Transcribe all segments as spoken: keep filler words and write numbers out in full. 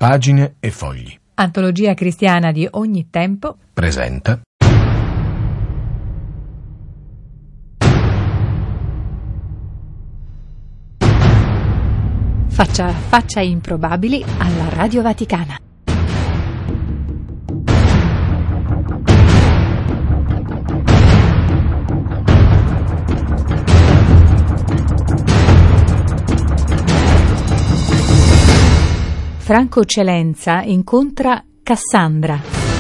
Pagine e fogli. Antologia cristiana di ogni tempo. Presenta Faccia a faccia improbabili alla Radio Vaticana. Franco Celenza incontra Cassandra.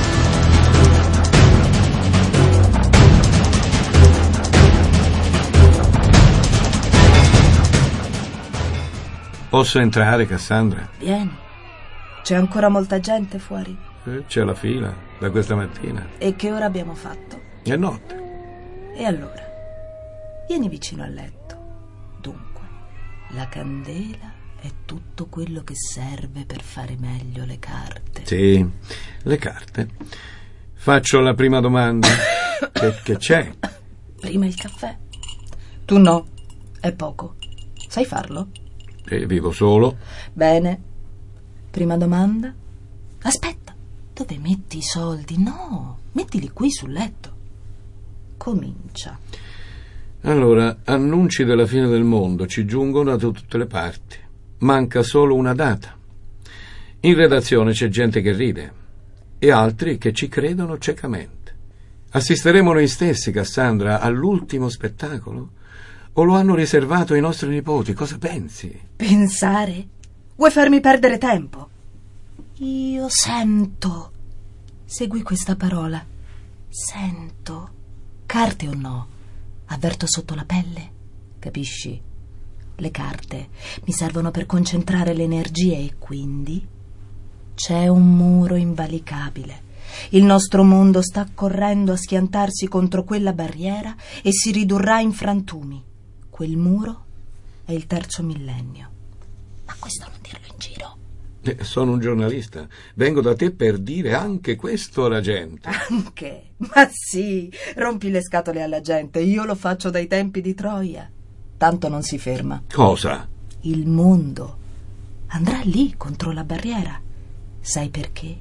Posso entrare, Cassandra? Vieni. C'è ancora molta gente fuori. Eh, c'è la fila, da questa mattina. E che ora abbiamo fatto? È notte. E allora? Vieni vicino al letto. Dunque, la candela è tutto quello che serve per fare meglio le carte. Sì, le carte. Faccio la prima domanda. che, che c'è? Prima il caffè. Tu no, è poco. Sai farlo? E vivo solo. Bene. Prima domanda. Aspetta, dove metti i soldi? No, mettili qui sul letto. Comincia. Allora, annunci della fine del mondo ci giungono da tutte le parti. Manca solo una data. In redazione c'è gente che ride e altri che ci credono ciecamente. Assisteremo noi stessi, Cassandra, all'ultimo spettacolo? O lo hanno riservato ai nostri nipoti? Cosa pensi? Pensare? Vuoi farmi perdere tempo? Io sento. Segui questa parola. Sento. Carte o no? Avverto sotto la pelle. Capisci? Le carte mi servono per concentrare le energie e quindi c'è un muro invalicabile. Il nostro mondo sta correndo a schiantarsi contro quella barriera e si ridurrà in frantumi. Quel muro è il terzo millennio. Ma questo non dirlo in giro. Eh, sono un giornalista. Vengo da te per dire anche questo alla gente. Anche? Ma sì, rompi le scatole alla gente. Io lo faccio dai tempi di Troia. Tanto non si ferma. Cosa? Il mondo andrà lì contro la barriera. Sai perché?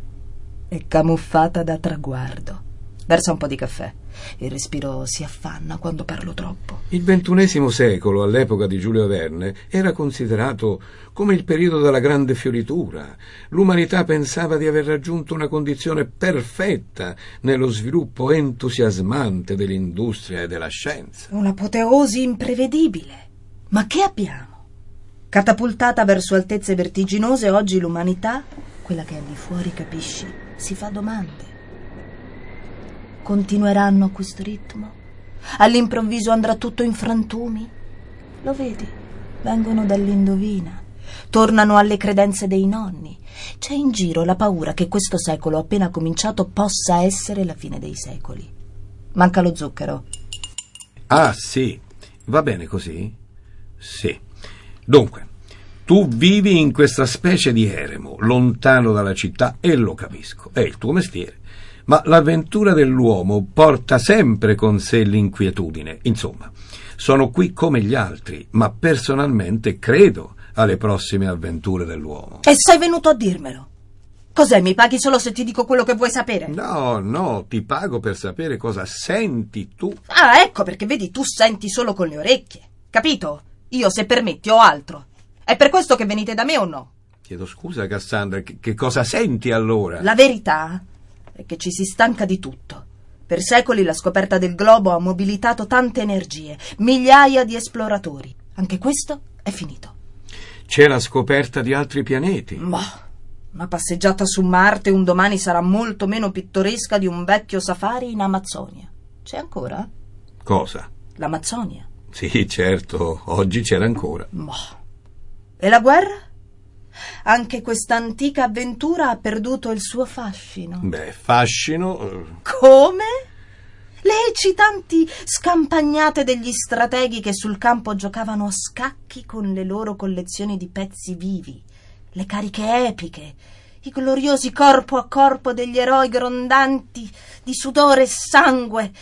È camuffata da traguardo. Versa un po' di caffè. Il respiro si affanna quando parlo troppo. Il ventunesimo secolo, all'epoca di Giulio Verne, era considerato come il periodo della grande fioritura. L'umanità pensava di aver raggiunto una condizione perfetta nello sviluppo entusiasmante dell'industria e della scienza. Un'apoteosi imprevedibile. Ma che abbiamo? Catapultata verso altezze vertiginose, oggi l'umanità, quella che è al di fuori, capisci, si fa domande. Continueranno a questo ritmo? All'improvviso andrà tutto in frantumi? Lo vedi? Vengono dall'indovina. Tornano alle credenze dei nonni. C'è in giro la paura che questo secolo appena cominciato possa essere la fine dei secoli. Manca lo zucchero. Ah, sì. Va bene così? Sì. Dunque, tu vivi in questa specie di eremo, lontano dalla città, e lo capisco. È il tuo mestiere. Ma l'avventura dell'uomo porta sempre con sé l'inquietudine. Insomma, sono qui come gli altri, ma personalmente credo alle prossime avventure dell'uomo. E sei venuto a dirmelo? Cos'è, mi paghi solo se ti dico quello che vuoi sapere? No, no, ti pago per sapere cosa senti tu. Ah, ecco perché vedi, tu senti solo con le orecchie. Capito? Io, se permetti, ho altro. È per questo che venite da me o no? Chiedo scusa, Cassandra, che, che cosa senti allora? La verità è che ci si stanca di tutto. Per secoli la scoperta del globo ha mobilitato tante energie, migliaia di esploratori. Anche questo è finito. C'è la scoperta di altri pianeti. Ma una passeggiata su Marte un domani sarà molto meno pittoresca di un vecchio safari in Amazzonia. C'è ancora? Cosa? L'Amazzonia. Sì, certo, oggi c'era ancora. Ma e la guerra? Anche questa antica avventura ha perduto il suo fascino. Beh, fascino... Come? Le eccitanti scampagnate degli strateghi che sul campo giocavano a scacchi con le loro collezioni di pezzi vivi, le cariche epiche, i gloriosi corpo a corpo degli eroi grondanti di sudore e sangue.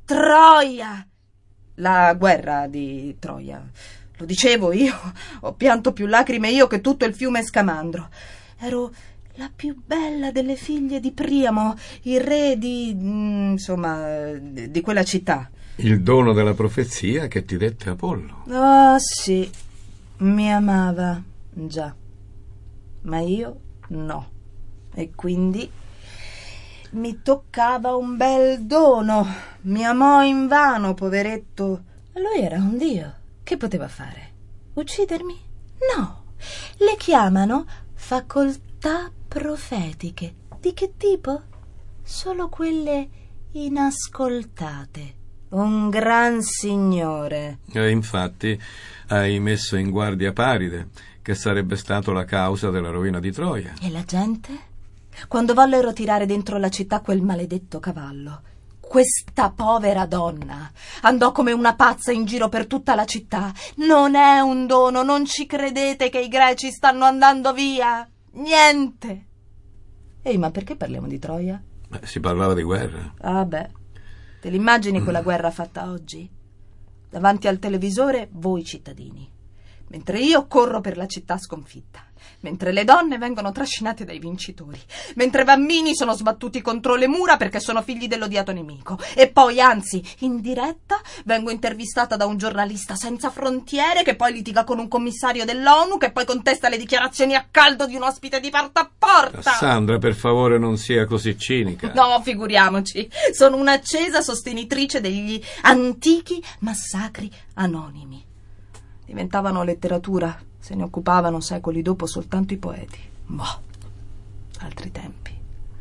Troia! La guerra di Troia. Lo dicevo io, ho pianto più lacrime io che tutto il fiume Scamandro. ero la più bella delle figlie di Priamo, il re di... insomma, di quella città. Il dono della profezia che ti dette Apollo. Oh, sì, mi amava, già. Ma io no. E quindi mi toccava un bel dono. Mi amò invano, poveretto. Lui era un dio. Che poteva fare? Uccidermi? No. Le chiamano facoltà profetiche. Di che tipo? Solo quelle inascoltate. Un gran signore. E infatti hai messo in guardia Paride, che sarebbe stato la causa della rovina di Troia. E la gente? Quando vollero tirare dentro la città quel maledetto cavallo, questa povera donna andò come una pazza in giro per tutta la città. Non è un dono, non ci credete che i greci stanno andando via? Niente. Ehi, ma perché parliamo di Troia? Beh, si parlava di guerra. Ah beh, te l'immagini quella guerra fatta oggi? Davanti al televisore voi cittadini, mentre io corro per la città sconfitta, mentre le donne vengono trascinate dai vincitori, mentre bambini sono sbattuti contro le mura perché sono figli dell'odiato nemico, e poi, anzi, in diretta vengo intervistata da un giornalista senza frontiere che poi litiga con un commissario dell'ONU che poi contesta le dichiarazioni a caldo di un ospite di porta a porta. Sandra, per favore, non sia così cinica. No, figuriamoci, sono un'accesa sostenitrice degli antichi massacri anonimi. Diventavano letteratura, se ne occupavano secoli dopo soltanto i poeti. Boh, altri tempi.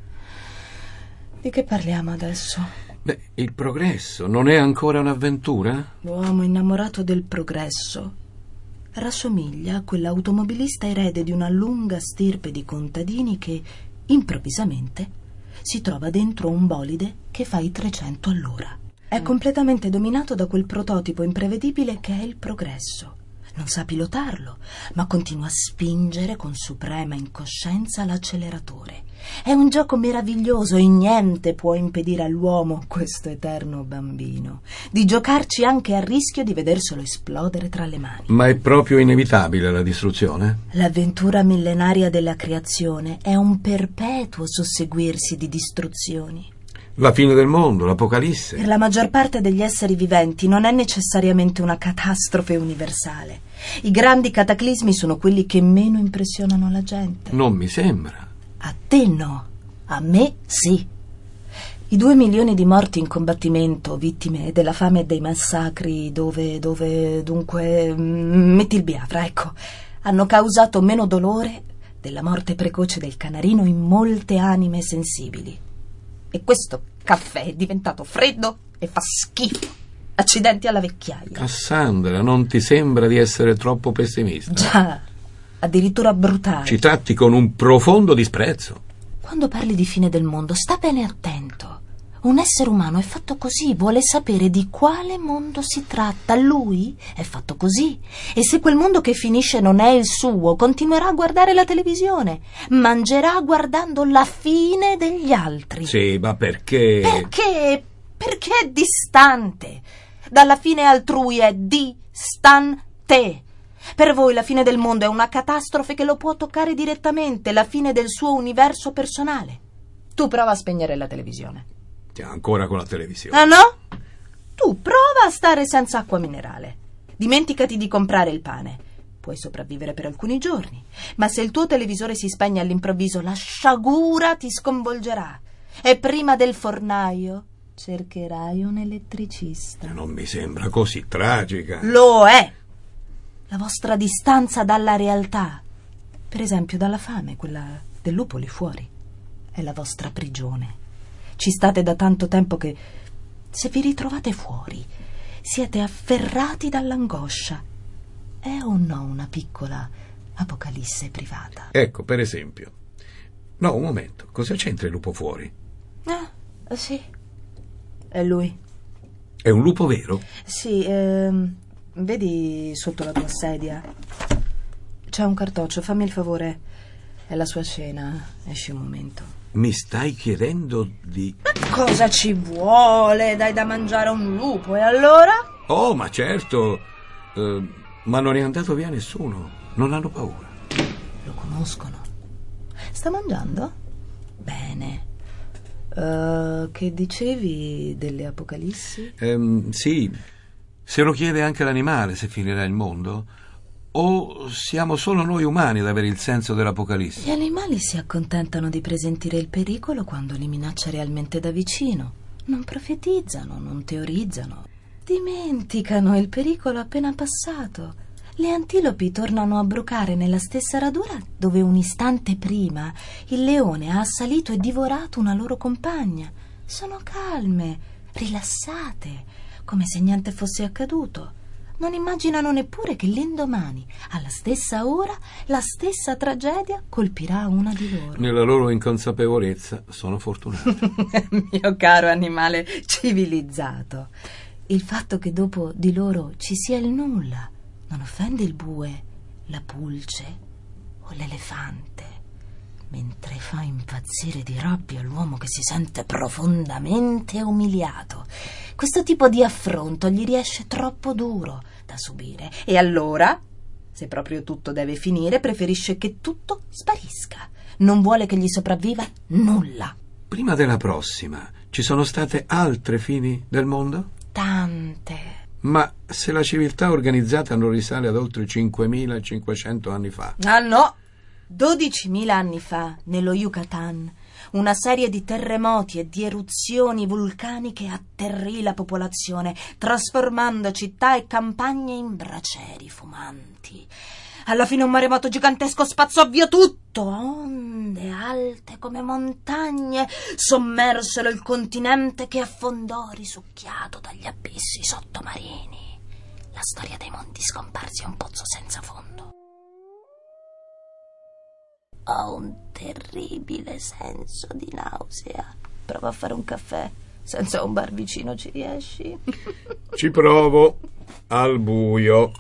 Di che parliamo adesso? Beh, il progresso non è ancora un'avventura? L'uomo innamorato del progresso rassomiglia a quell'automobilista erede di una lunga stirpe di contadini che, improvvisamente, si trova dentro un bolide che fa i trecento all'ora. È completamente dominato da quel prototipo imprevedibile che è il progresso. Non sa pilotarlo, ma continua a spingere con suprema incoscienza l'acceleratore. È un gioco meraviglioso e niente può impedire all'uomo, questo eterno bambino, di giocarci anche a rischio di vederselo esplodere tra le mani. Ma è proprio inevitabile la distruzione? L'avventura millenaria della creazione è un perpetuo susseguirsi di distruzioni. La fine del mondo, l'Apocalisse. Per la maggior parte degli esseri viventi non è necessariamente una catastrofe universale. I grandi cataclismi sono quelli che meno impressionano la gente. Non mi sembra. A te no, a me sì. I due milioni di morti in combattimento, vittime della fame e dei massacri, dove, dove, dunque, metti il Biafra, ecco, hanno causato meno dolore della morte precoce del canarino in molte anime sensibili. E questo caffè è diventato freddo e fa schifo. Accidenti alla vecchiaia. Cassandra, non ti sembra di essere troppo pessimista? Già, addirittura brutale. Ci tratti con un profondo disprezzo. Quando parli di fine del mondo, sta bene attento. Un essere umano è fatto così, vuole sapere di quale mondo si tratta. Lui è fatto così. E se quel mondo che finisce non è il suo, continuerà a guardare la televisione. Mangerà guardando la fine degli altri. Sì, ma perché? Perché? Perché è distante. Dalla fine altrui è distante. Per voi la fine del mondo è una catastrofe che lo può toccare direttamente, la fine del suo universo personale. Tu prova a spegnere la televisione. Ancora con la televisione. Ah no? Tu prova a stare senza acqua minerale. Dimenticati di comprare il pane. Puoi sopravvivere per alcuni giorni, ma se il tuo televisore si spegne all'improvviso, la sciagura ti sconvolgerà. E prima del fornaio cercherai un elettricista. Non mi sembra così tragica. Lo è. La vostra distanza dalla realtà, per esempio dalla fame, quella del lupo lì fuori, è la vostra prigione. Ci state da tanto tempo che, se vi ritrovate fuori, siete afferrati dall'angoscia. È o no una piccola apocalisse privata? Ecco, per esempio. No, un momento, cosa c'entra il lupo fuori? Ah, sì, è lui. È un lupo vero? Sì, ehm, vedi sotto la tua sedia? C'è un cartoccio, fammi il favore. È la sua cena, esci un momento. Mi stai chiedendo di... Cosa ci vuole? Dai da mangiare a un lupo, e allora? Oh, ma certo, eh, ma non è andato via nessuno, non hanno paura. Lo conoscono. Sta mangiando? Bene. Uh, che dicevi delle apocalissi? Ehm, sì, se lo chiede anche l'animale se finirà il mondo, o siamo solo noi umani ad avere il senso dell'apocalissi? Gli animali si accontentano di presentire il pericolo quando li minaccia realmente da vicino. Non profetizzano, non teorizzano. Dimenticano il pericolo appena passato. Le antilopi tornano a brucare nella stessa radura dove un istante prima il leone ha assalito e divorato una loro compagna. Sono calme, rilassate, come se niente fosse accaduto. Non immaginano neppure che l'indomani, alla stessa ora, la stessa tragedia colpirà una di loro. Nella loro inconsapevolezza sono fortunati. Mio caro animale civilizzato, il fatto che dopo di loro ci sia il nulla non offende il bue, la pulce o l'elefante, mentre fa impazzire di rabbia l'uomo che si sente profondamente umiliato. Questo tipo di affronto gli riesce troppo duro da subire e allora, se proprio tutto deve finire, preferisce che tutto sparisca. Non vuole che gli sopravviva nulla. Prima della prossima, ci sono state altre fini del mondo? Tante. Ma se la civiltà organizzata non risale ad oltre cinquemilacinquecento anni fa? Ah no! dodicimila anni fa, nello Yucatan, una serie di terremoti e di eruzioni vulcaniche atterrì la popolazione, trasformando città e campagne in bracieri fumanti. Alla fine un maremoto gigantesco spazzò via tutto. Onde alte come montagne sommersero il continente che affondò risucchiato dagli abissi sottomarini. La storia dei mondi scomparsi è un pozzo senza fondo. Ho un terribile senso di nausea. Prova a fare un caffè. Senza un bar vicino ci riesci? Ci provo. Al buio.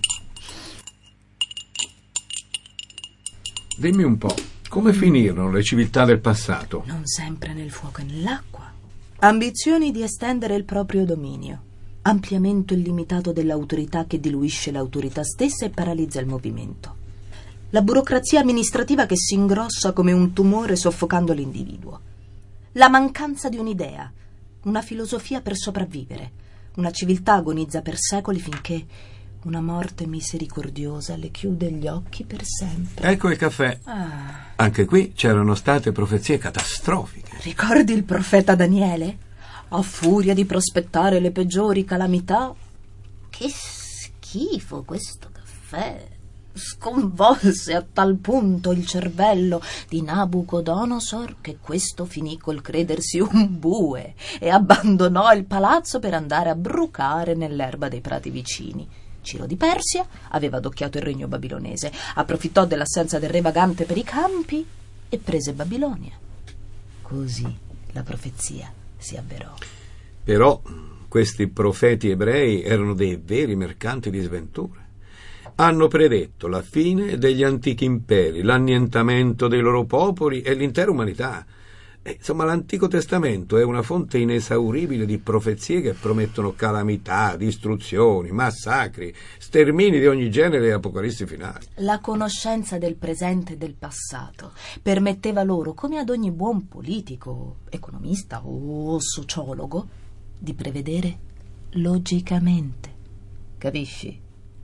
Dimmi un po', come finirono le civiltà del passato? Non sempre nel fuoco e nell'acqua. Ambizioni di estendere il proprio dominio. Ampliamento illimitato dell'autorità che diluisce l'autorità stessa e paralizza il movimento. La burocrazia amministrativa che si ingrossa come un tumore soffocando l'individuo. La mancanza di un'idea, una filosofia per sopravvivere. Una civiltà agonizza per secoli finché una morte misericordiosa le chiude gli occhi per sempre. Ecco il caffè. Ah. Anche qui c'erano state profezie catastrofiche. Ricordi il profeta Daniele? A furia di prospettare le peggiori calamità. Che schifo questo caffè! Sconvolse a tal punto il cervello di Nabucodonosor che questo finì col credersi un bue e abbandonò il palazzo per andare a brucare nell'erba dei prati vicini. Ciro di Persia aveva adocchiato il regno babilonese, approfittò dell'assenza del re vagante per i campi e prese Babilonia. Così la profezia si avverò. Però questi profeti ebrei erano dei veri mercanti di sventure. Hanno predetto la fine degli antichi imperi, l'annientamento dei loro popoli e l'intera umanità. E, insomma, l'Antico Testamento è una fonte inesauribile di profezie che promettono calamità, distruzioni, massacri, stermini di ogni genere e apocalissi finali. La conoscenza del presente e del passato permetteva loro, come ad ogni buon politico, economista o sociologo, di prevedere logicamente. Capisci?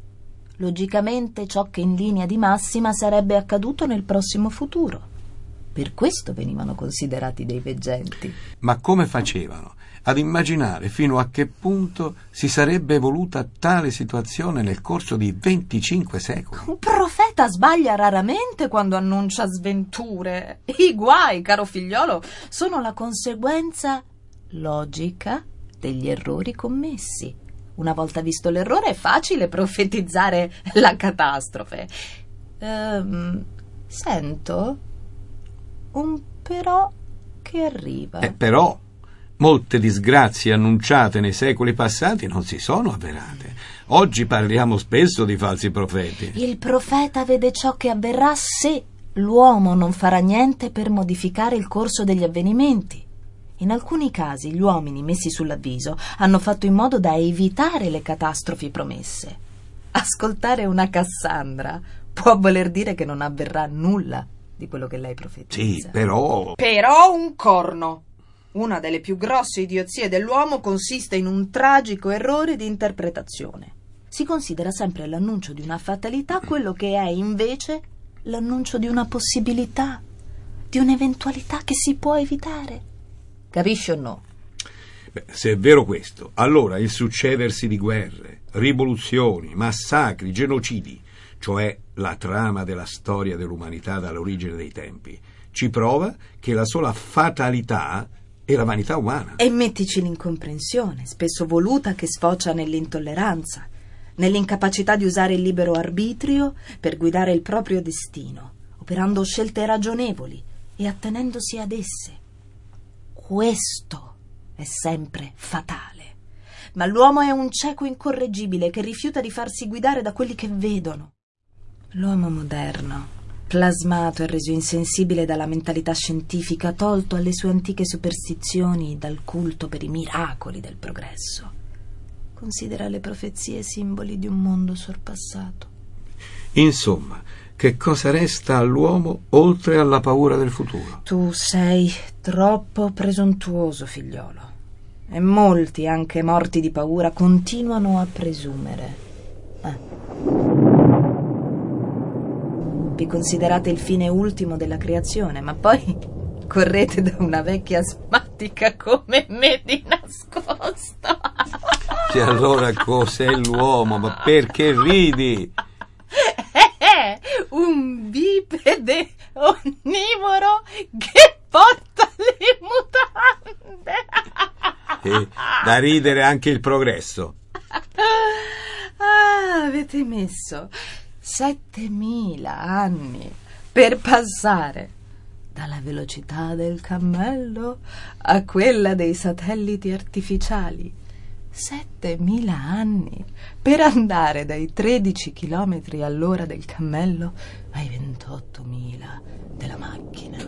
Logicamente ciò che in linea di massima sarebbe accaduto nel prossimo futuro. Per questo venivano considerati dei veggenti. Ma come facevano ad immaginare fino a che punto si sarebbe evoluta tale situazione nel corso di venticinque secoli? Un profeta sbaglia raramente quando annuncia sventure. I guai, caro figliolo, sono la conseguenza logica degli errori commessi. Una volta visto l'errore è facile profetizzare la catastrofe. Ehm, sento un però che arriva. Eh, però molte disgrazie annunciate nei secoli passati non si sono avverate. Oggi parliamo spesso di falsi profeti. Il profeta vede ciò che avverrà se l'uomo non farà niente per modificare il corso degli avvenimenti. In alcuni casi gli uomini messi sull'avviso hanno fatto in modo da evitare le catastrofi promesse. Ascoltare una Cassandra può voler dire che non avverrà nulla. di quello che lei profetizza. Sì, però... Però un corno. Una delle più grosse idiozie dell'uomo consiste in un tragico errore di interpretazione. Si considera sempre l'annuncio di una fatalità quello che è invece l'annuncio di una possibilità, di un'eventualità che si può evitare. Capisci o no? Beh, se è vero questo, allora il succedersi di guerre, rivoluzioni, massacri, genocidi, cioè la trama della storia dell'umanità dall'origine dei tempi, ci prova che la sola fatalità è la vanità umana. E mettici l'incomprensione, spesso voluta, che sfocia nell'intolleranza, nell'incapacità di usare il libero arbitrio per guidare il proprio destino, operando scelte ragionevoli e attenendosi ad esse. Questo è sempre fatale. Ma l'uomo è un cieco incorreggibile che rifiuta di farsi guidare da quelli che vedono. L'uomo moderno, plasmato e reso insensibile dalla mentalità scientifica, tolto alle sue antiche superstizioni dal culto per i miracoli del progresso, considera le profezie simboli di un mondo sorpassato. Insomma, che cosa resta all'uomo oltre alla paura del futuro? Tu sei troppo presuntuoso, figliolo. E molti, anche morti di paura, continuano a presumere. Eh. Vi considerate il fine ultimo della creazione, ma poi correte da una vecchia asmatica come me di nascosto. E allora cos'è l'uomo? Ma perché ridi? È un bipede onnivoro che porta le mutande. E da ridere anche il progresso. Ah, avete messo settemila anni per passare dalla velocità del cammello a quella dei satelliti artificiali. Settemila anni per andare dai tredici chilometri all'ora del cammello ai ventottomila della macchina.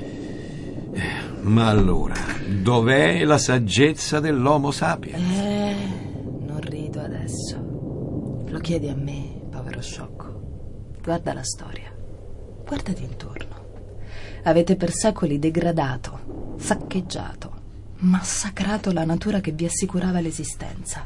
Ma allora, dov'è la saggezza dell'Homo sapiens? Eh, non rido adesso. Lo chiedi a me, povero sciocco. Guarda la storia. Guardati intorno. Avete per secoli degradato, saccheggiato, massacrato la natura che vi assicurava l'esistenza.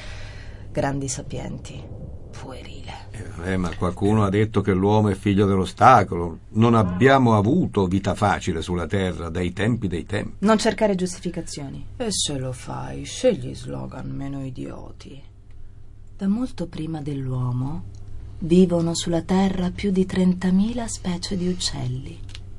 Grandi sapienti, puerile. Eh, ma qualcuno ha detto che l'uomo è figlio dell'ostacolo. Non abbiamo avuto vita facile sulla terra dai tempi dei tempi. Non cercare giustificazioni. E se lo fai, scegli slogan meno idioti. Da molto prima dell'uomo vivono sulla terra più di trentamila specie di uccelli,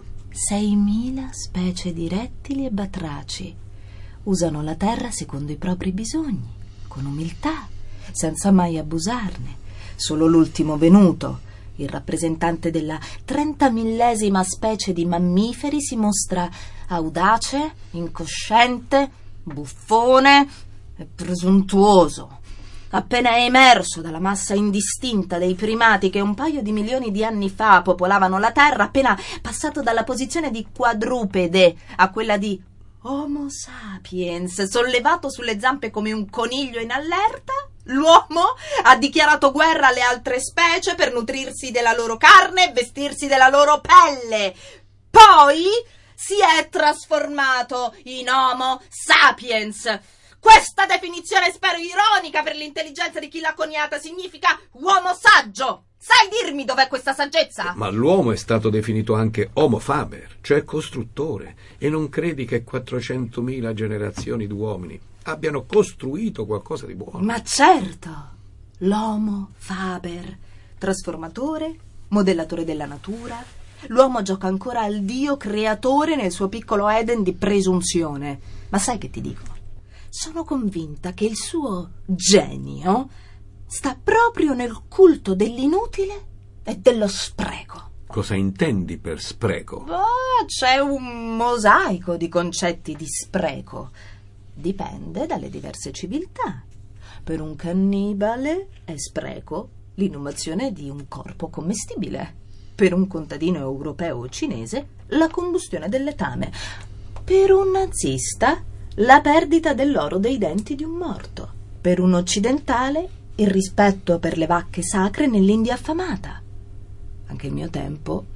seimila specie di rettili e batraci. Usano la terra secondo i propri bisogni, con umiltà, senza mai abusarne. Solo l'ultimo venuto, il rappresentante della trentamillesima specie di mammiferi, si mostra audace, incosciente, buffone e presuntuoso. Appena è emerso dalla massa indistinta dei primati che un paio di milioni di anni fa popolavano la terra, appena passato dalla posizione di quadrupede a quella di Homo sapiens, sollevato sulle zampe come un coniglio in allerta, l'uomo ha dichiarato guerra alle altre specie per nutrirsi della loro carne e vestirsi della loro pelle. Poi si è trasformato in Homo sapiens. Questa definizione, spero ironica per l'intelligenza di chi l'ha coniata, significa uomo saggio. Sai dirmi dov'è questa saggezza? Ma l'uomo è stato definito anche Homo faber, cioè costruttore. E non credi che quattrocentomila generazioni di uomini abbiano costruito qualcosa di buono? Ma certo, l'Homo faber, trasformatore, modellatore della natura. L'uomo gioca ancora al dio creatore nel suo piccolo Eden di presunzione. Ma sai che ti dico? Sono convinta che il suo genio sta proprio nel culto dell'inutile e dello spreco. Cosa intendi per spreco? Oh, c'è un mosaico di concetti di spreco. Dipende dalle diverse civiltà. Per un cannibale è spreco l'inumazione di un corpo commestibile. Per un contadino europeo o cinese la combustione del letame. Per un nazista la perdita dell'oro dei denti di un morto. Per un occidentale il rispetto per le vacche sacre nell'India affamata. Anche il mio tempo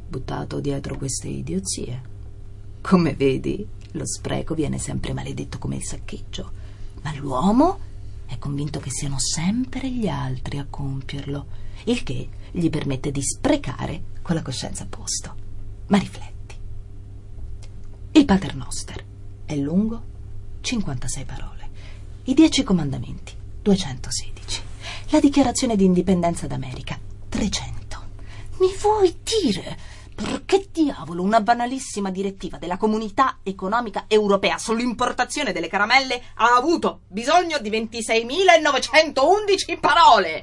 buttato dietro queste idiozie. Come vedi, lo spreco viene sempre maledetto come il saccheggio, ma l'uomo è convinto che siano sempre gli altri a compierlo, il che gli permette di sprecare con la coscienza a posto. Ma rifletti. Il Paternoster è lungo cinquantasei parole, i Dieci Comandamenti duecentosedici, la Dichiarazione di Indipendenza d'America trecento. Mi vuoi dire perché diavolo una banalissima direttiva della Comunità Economica Europea sull'importazione delle caramelle ha avuto bisogno di ventiseimilanovecentoundici parole?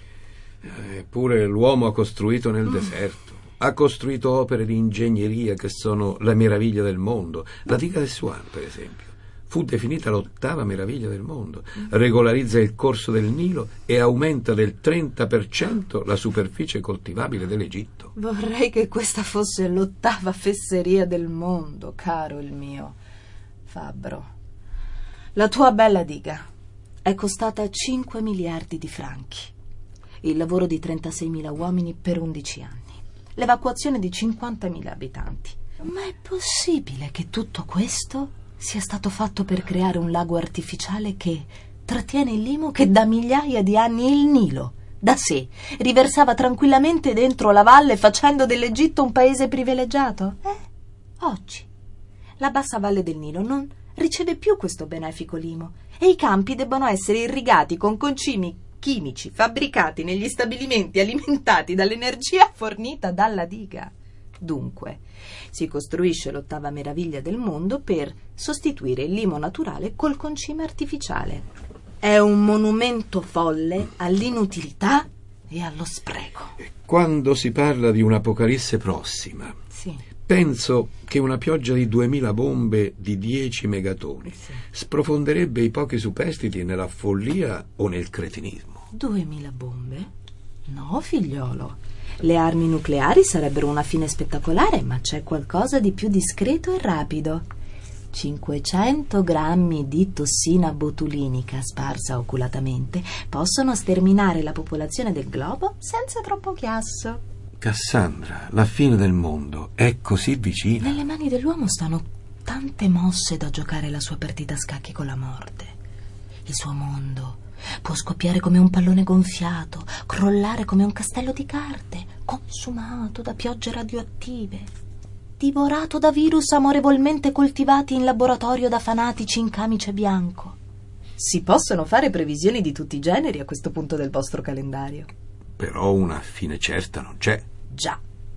Eppure l'uomo ha costruito nel mm. deserto, ha costruito opere di ingegneria che sono la meraviglia del mondo. La diga del Swan, per esempio, fu definita l'ottava meraviglia del mondo. Regolarizza il corso del Nilo e aumenta del trenta per cento la superficie coltivabile dell'Egitto. Vorrei che questa fosse l'ottava fesseria del mondo, caro il mio fabbro. La tua bella diga è costata cinque miliardi di franchi, il lavoro di trentaseimila uomini per undici anni, l'evacuazione di cinquantamila abitanti. Ma è possibile che tutto questo sia stato fatto per creare un lago artificiale che trattiene il limo che da migliaia di anni il Nilo, da sé, riversava tranquillamente dentro la valle, facendo dell'Egitto un paese privilegiato? Eh? Oggi la bassa valle del Nilo non riceve più questo benefico limo e i campi debbono essere irrigati con concimi chimici fabbricati negli stabilimenti alimentati dall'energia fornita dalla diga. Dunque, si costruisce l'ottava meraviglia del mondo per sostituire il limo naturale col concime artificiale. È un monumento folle all'inutilità e allo spreco. Quando si parla di un'apocalisse prossima, sì. penso che una pioggia di duemila bombe di dieci megatoni sì. sprofonderebbe i pochi superstiti nella follia o nel cretinismo. Duemila bombe? No, figliolo. Le armi nucleari sarebbero una fine spettacolare, ma c'è qualcosa di più discreto e rapido. cinquecento grammi di tossina botulinica sparsa oculatamente possono sterminare la popolazione del globo senza troppo chiasso. Cassandra, la fine del mondo è così vicina. Nelle mani dell'uomo stanno tante mosse da giocare la sua partita a scacchi con la morte. Il suo mondo può scoppiare come un pallone gonfiato, crollare come un castello di carte, consumato da piogge radioattive, divorato da virus amorevolmente coltivati in laboratorio da fanatici in camice bianco. Si possono fare previsioni di tutti i generi a questo punto del vostro calendario. Però una fine certa non c'è. Già.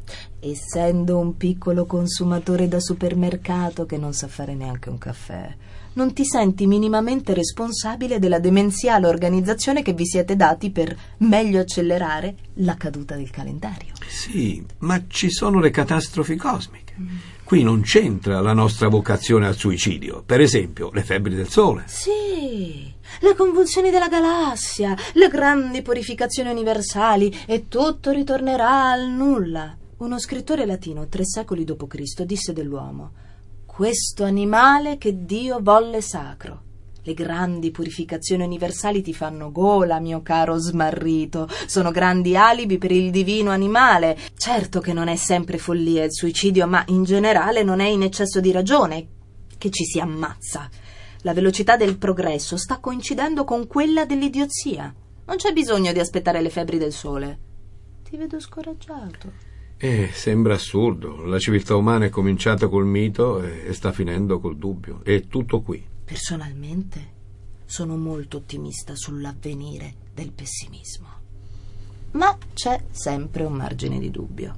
Essendo un piccolo consumatore da supermercato che non sa fare neanche un caffè, non ti senti minimamente responsabile della demenziale organizzazione che vi siete dati per meglio accelerare la caduta del calendario. Sì, ma ci sono le catastrofi cosmiche. Mm. Qui non c'entra la nostra vocazione al suicidio. Per esempio, le febbri del Sole. Sì, le convulsioni della galassia, le grandi purificazioni universali, e tutto ritornerà al nulla. Uno scrittore latino, tre secoli dopo Cristo, disse dell'uomo: questo animale che Dio volle sacro. Le grandi purificazioni universali ti fanno gola, mio caro smarrito. Sono grandi alibi per il divino animale. Certo che non è sempre follia il suicidio, ma in generale non è in eccesso di ragione che ci si ammazza. La velocità del progresso sta coincidendo con quella dell'idiozia. Non c'è bisogno di aspettare le febbri del sole. Ti vedo scoraggiato. Eh, sembra assurdo. La civiltà umana è cominciata col mito e sta finendo col dubbio. È tutto qui. Personalmente sono molto ottimista sull'avvenire del pessimismo. Ma c'è sempre un margine di dubbio.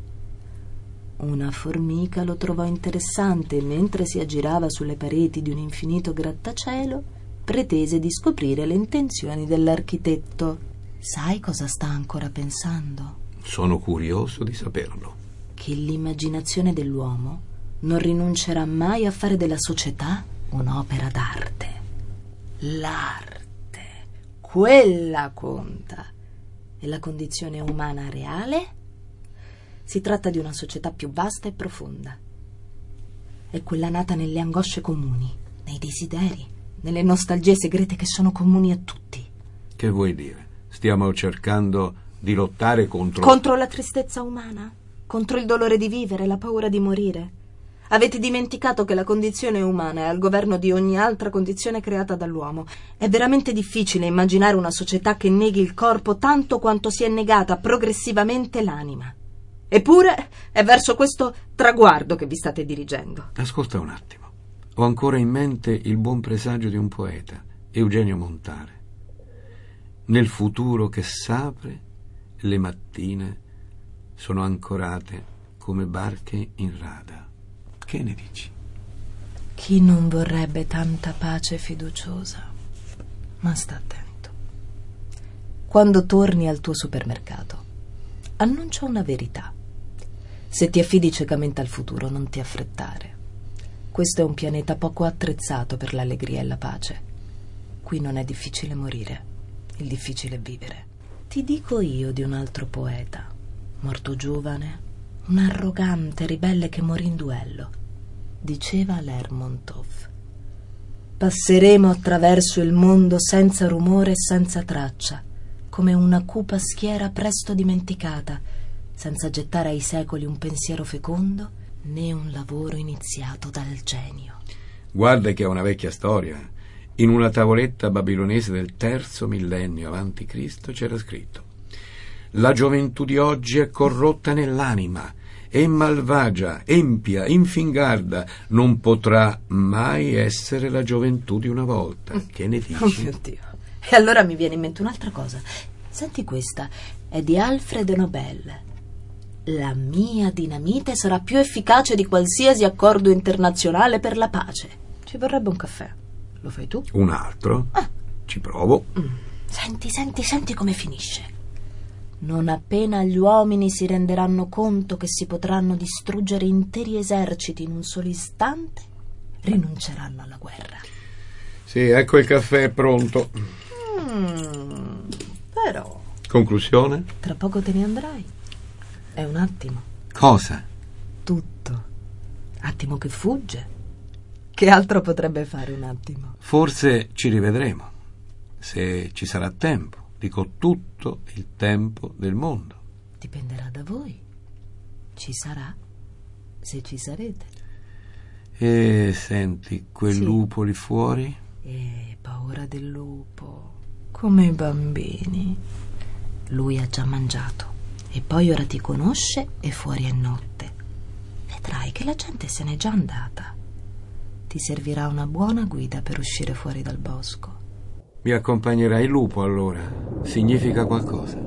Una formica lo trovò interessante e mentre si aggirava sulle pareti di un infinito grattacielo pretese di scoprire le intenzioni dell'architetto. Sai cosa sta ancora pensando? Sono curioso di saperlo. Che l'immaginazione dell'uomo non rinuncerà mai a fare della società un'opera d'arte. L'arte, quella conta. E la condizione umana reale? Si tratta di una società più vasta e profonda. È quella nata nelle angosce comuni, nei desideri, nelle nostalgie segrete che sono comuni a tutti. Che vuoi dire? Stiamo cercando di lottare contro... Contro la tristezza umana? contro il dolore di vivere, la paura di morire. Avete dimenticato che la condizione umana è al governo di ogni altra condizione creata dall'uomo. È veramente difficile immaginare una società che neghi il corpo tanto quanto si è negata progressivamente l'anima. Eppure è verso questo traguardo che vi state dirigendo. Ascolta un attimo. Ho ancora in mente il buon presagio di un poeta, Eugenio Montale. Nel futuro che s'apre, le mattine sono ancorate come barche in rada. Che ne dici? Chi non vorrebbe tanta pace fiduciosa? Ma sta attento. Quando torni al tuo supermercato, annuncia una verità. Se ti affidi ciecamente al futuro, non ti affrettare. Questo è un pianeta poco attrezzato per l'allegria e la pace. Qui non è difficile morire, il difficile è vivere. Ti dico io di un altro poeta, morto giovane, un arrogante ribelle che morì in duello. Diceva Lermontov: passeremo attraverso il mondo senza rumore e senza traccia, come una cupa schiera presto dimenticata, senza gettare ai secoli un pensiero fecondo né un lavoro iniziato dal genio. Guarda che è una vecchia storia. In una tavoletta babilonese del terzo millennio avanti Cristo c'era scritto: la gioventù di oggi è corrotta nell'anima, è malvagia, empia, infingarda, non potrà mai essere la gioventù di una volta. Che ne dici? Oh mio Dio. E allora mi viene in mente un'altra cosa. Senti questa, è di Alfred Nobel. La mia dinamite sarà più efficace di qualsiasi accordo internazionale per la pace. Ci vorrebbe un caffè. Lo fai tu? Un altro? Ah. Ci provo. Mm. Senti, senti, senti come finisce. Non appena gli uomini si renderanno conto che si potranno distruggere interi eserciti in un solo istante, rinunceranno alla guerra. Sì, ecco il caffè è pronto. Mm, però... Conclusione? Tra poco te ne andrai. È un attimo. Cosa? Tutto. Attimo che fugge. Che altro potrebbe fare un attimo? Forse ci rivedremo, se ci sarà tempo. Dico tutto il tempo del mondo. Dipenderà da voi. Ci sarà, se ci sarete. E senti, quel Sì. lupo lì fuori? E paura del lupo. Come i bambini. Lui ha già mangiato. E poi ora ti conosce e fuori è notte. Vedrai che la gente se n'è già andata. Ti servirà una buona guida per uscire fuori dal bosco. Mi accompagnerai il lupo allora? Significa qualcosa?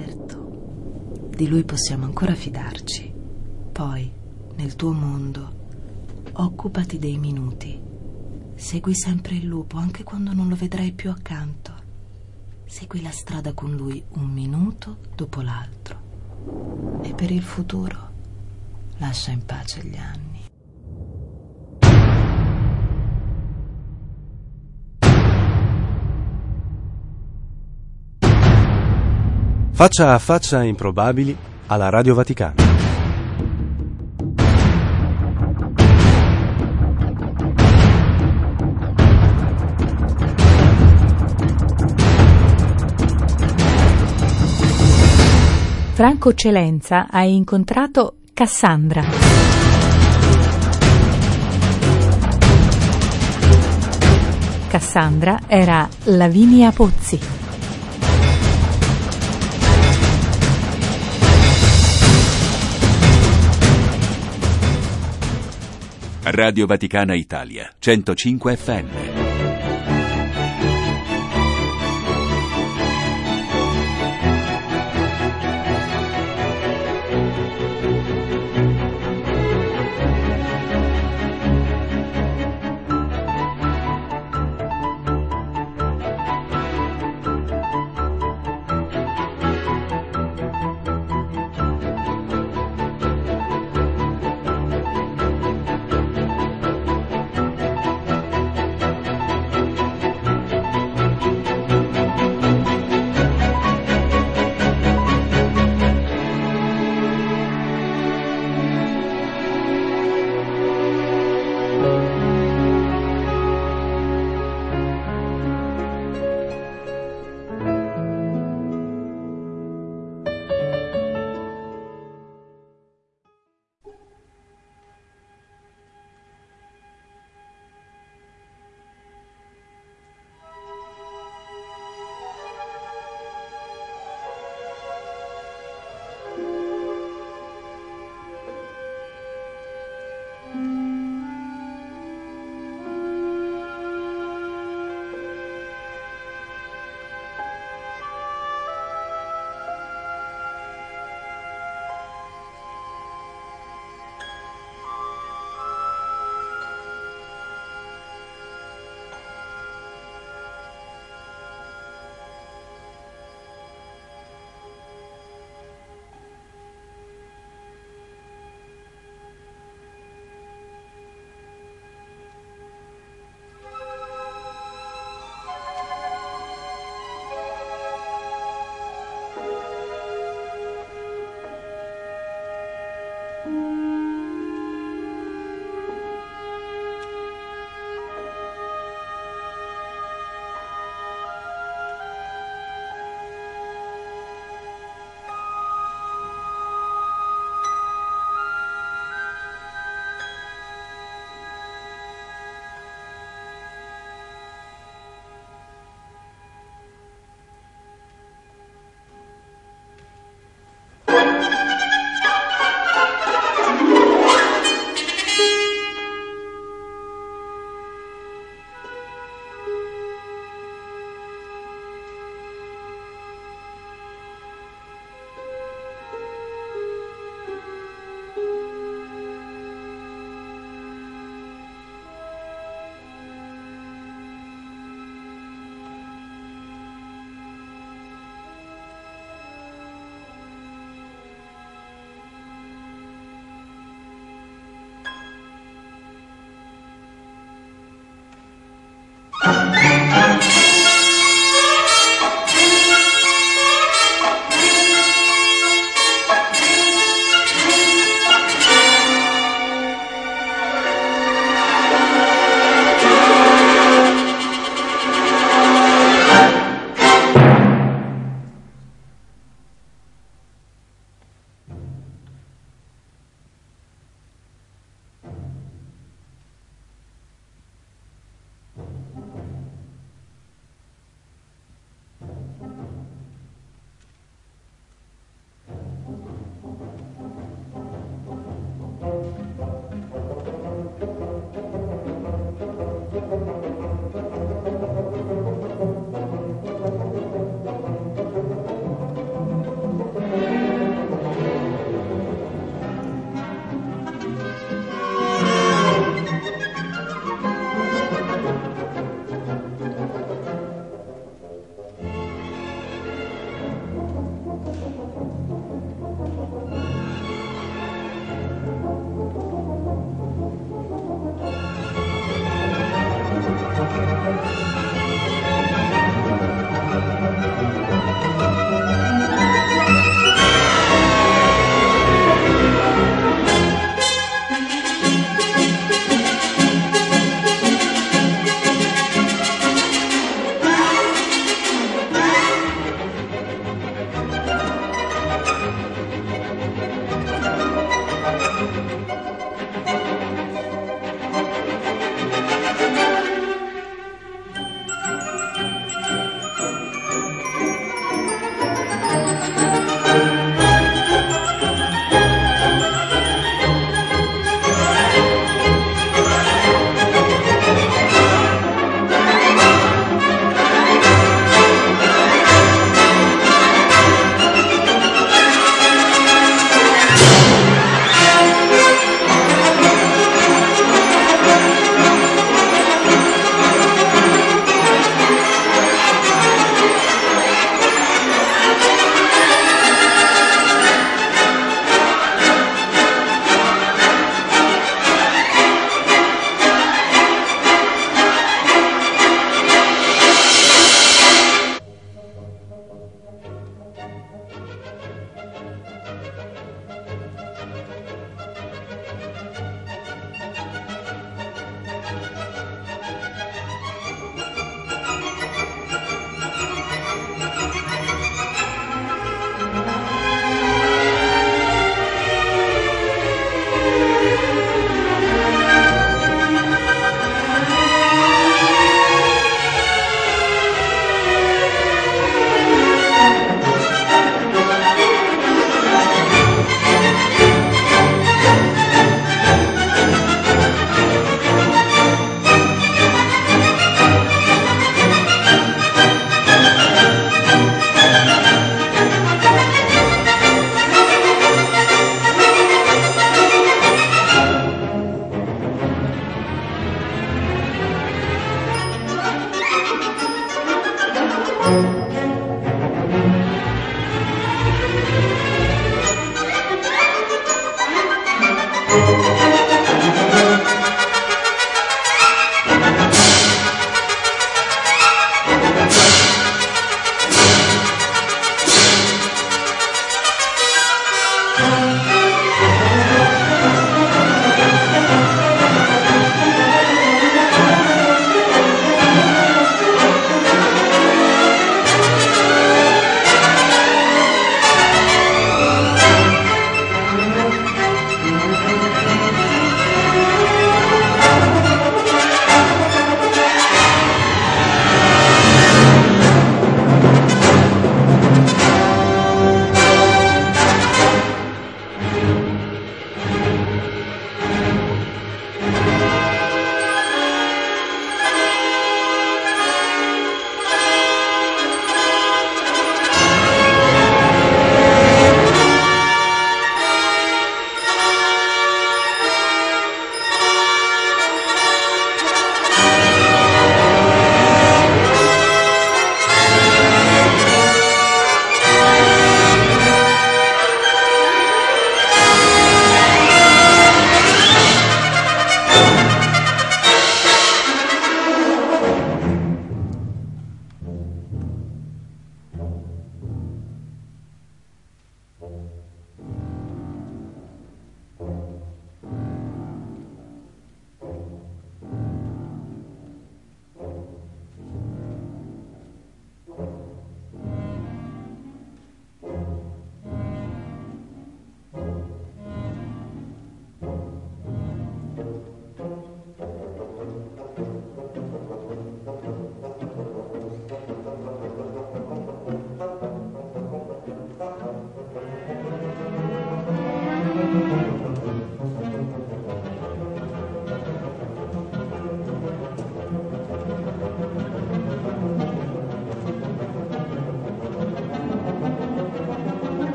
Certo. Di lui possiamo ancora fidarci. Poi, nel tuo mondo, occupati dei minuti. Segui sempre il lupo anche quando non lo vedrai più accanto. Segui la strada con lui un minuto dopo l'altro. E per il futuro lascia in pace gli anni. Faccia a faccia improbabili alla Radio Vaticana. Franco Celenza ha incontrato Cassandra. Cassandra era Lavinia Pozzi. Radio Vaticana Italia, centocinque F M.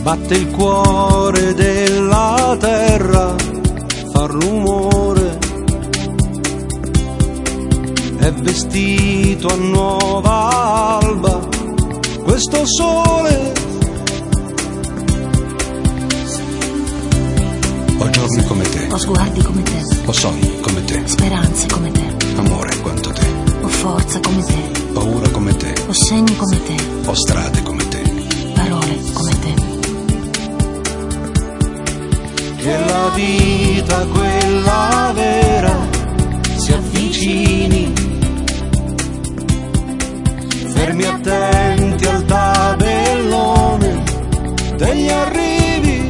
batte il cuore della terra, fa rumore, è vestito a nuova alba questo sole. Ho giorni come te, Ho sguardi come te, ho sogni come te, speranze come te, amore quanto te, ho forza come te, paura come te, ho segni come te, ho strade come te. parole come te. Che la vita, quella vera, si avvicini, fermi attenti al tabellone degli arrivi.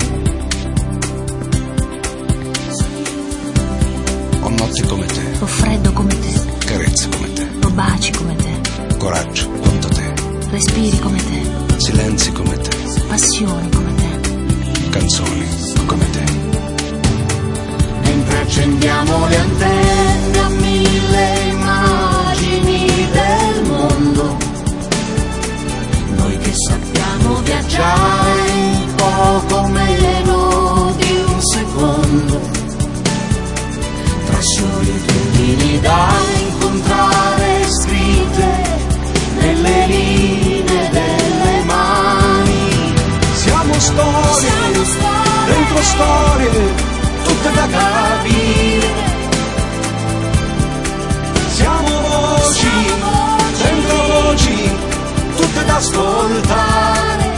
Ho notti come te, Ho freddo come te, carezze come te, ho baci come te, coraggio quanto te, respiri come te, silenzi come te, passioni come te. canzoni come te. Mentre accendiamo le antenne a mille immagini del mondo, noi che sappiamo viaggiare in poco meno di un secondo, tra solitudini da incontrare scritte nelle linee delle mani. Siamo storie, Siamo storie, dentro storie, tutte da capire. Siamo voci, dentro voci, tutte da ascoltare.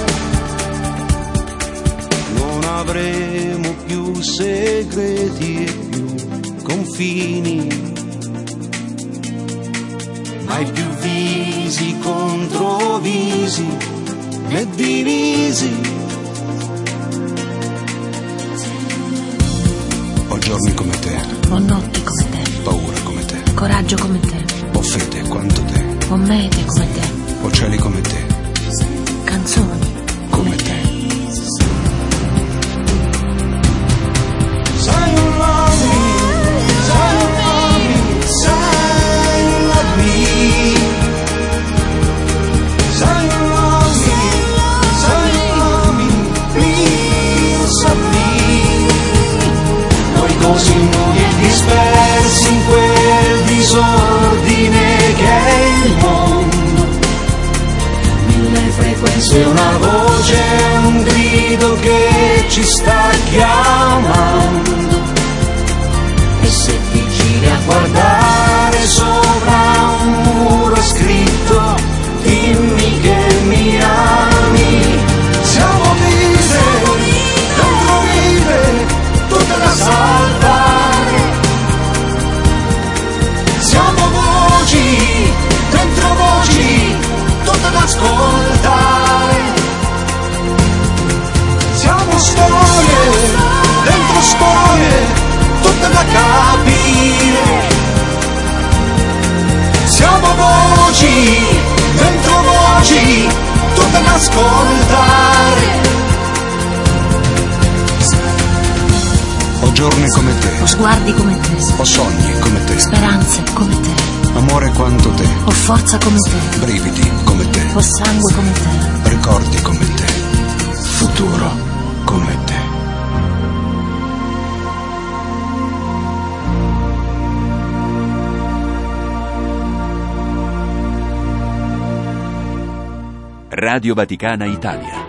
Non avremo più segreti e più confini, mai più visi contro visi, né divisi. Ho giorni come te, Ho notti come te, paura come te, coraggio come te, ho fede quanto te, ho mete come te, ho cieli come te, canzoni come te. Sai un love me, sai un love me, sai un love me, sai un love me, sai un love me, please love me. Noi così nudi e dispersi in quel disordine che è il mondo, mille frequenze, una voce, un grido che ci sta chiamando. E se ti giri a guardare sopra un muro è scritto dimmi che mi ami. Siamo vite, dentro vite, tutte da salvare. Siamo voci, dentro voci, tutte da ascoltare. Siamo storie, dentro storie, tutte da capire. Siamo voci, dentro voci, tutte da ascoltare. Ho giorni come te, ho sguardi come te, ho sogni come te, speranze come te, amore quanto te, ho forza come te, brividi come te, ho sangue come te, ricordi come te, futuro come te. Radio Vaticana Italia.